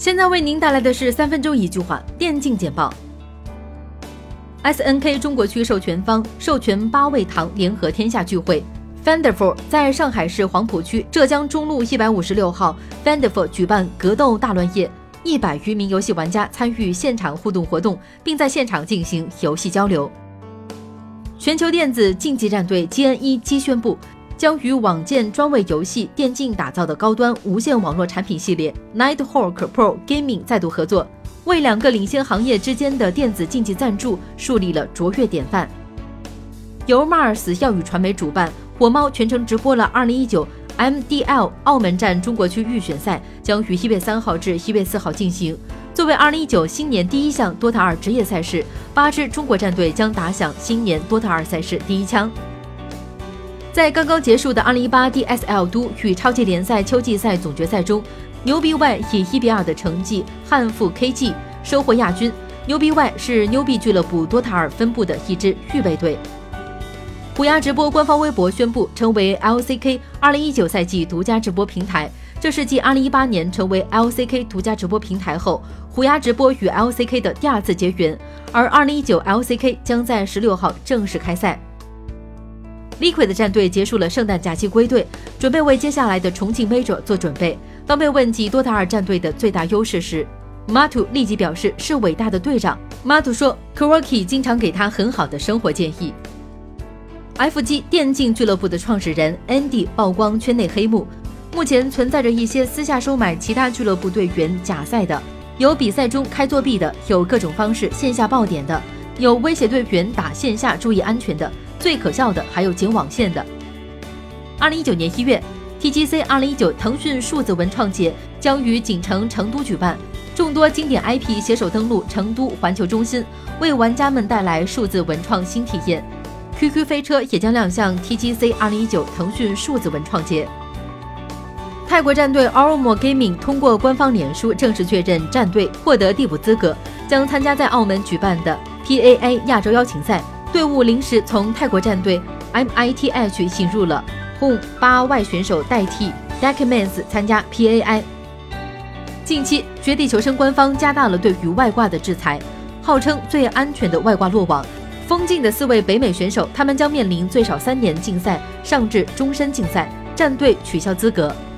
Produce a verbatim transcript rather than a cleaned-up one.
现在为您带来的是三分钟一句话电竞简报。S N K 中国区授权方授权八味堂联合天下聚会 Fanderful 在上海市黄浦区浙江中路一百五十六号 Fanderful 举办格斗大乱夜，一百余名游戏玩家参与现场互动活动，并在现场进行游戏交流。全球电子竞技战队 G N E 基宣布，将与网剑专为游戏电竞打造的高端无线网络产品系列 Nighthawk Pro Gaming 再度合作，为两个领先行业之间的电子竞技赞助树立了卓越典范。由 Mars 耀宇传媒主办，火猫全程直播了二零一九 M D L 澳门站中国区预选赛，将于一月三号至一月四号进行。作为二零一九新年第一项 Dota 二职业赛事，八支中国战队将打响新年 Dota 二赛事第一枪。在刚刚结束的二零一八 D S L 都与超级联赛秋季赛总决赛中，牛逼 Y 以一比二的成绩汉服 K G 收获亚军。牛逼 Y 是牛逼俱乐部 Dota 二分部的一支预备队。虎牙直播官方微博宣布成为 L C K 二零一九赛季独家直播平台，这是继二零一八年成为 L C K 独家直播平台后，虎牙直播与 L C K 的第二次结缘，而二零一九 L C K 将在十六号正式开赛。Liquid 战队结束了圣诞假期归队，准备为接下来的重庆 Major 做准备。当被问及 Dota 二战队的最大优势时， Matu 立即表示是伟大的队长。 Matu 说 Kuroki 经常给他很好的生活建议。F G 电竞俱乐部的创始人 Andy 曝光圈内黑幕，目前存在着一些私下收买其他俱乐部队员假赛的，有比赛中开作弊的，有各种方式线下爆点的，有威胁队员打线下注意安全的，最可笑的还有剪网线的。二零一九年一月 T G C 二零一九腾讯数字文创节将于锦城成都举办，众多经典 I P 携手登陆成都环球中心，为玩家们带来数字文创新体验。Q Q 飞车也将亮相 T G C 二零一九腾讯数字文创节。泰国战队 Oromo Gaming 通过官方脸书正式确认战队获得递补资格，将参加在澳门举办的 P A I 亚洲邀请赛。队伍临时从泰国战队 M I T H 引入了 Home 八外选手代替 Dakmans 参加 P A I。 近期绝地求生官方加大了对于外挂的制裁，号称最安全的外挂落网，封禁的四位北美选手，他们将面临最少三年禁赛上至终身禁赛，战队取消资格。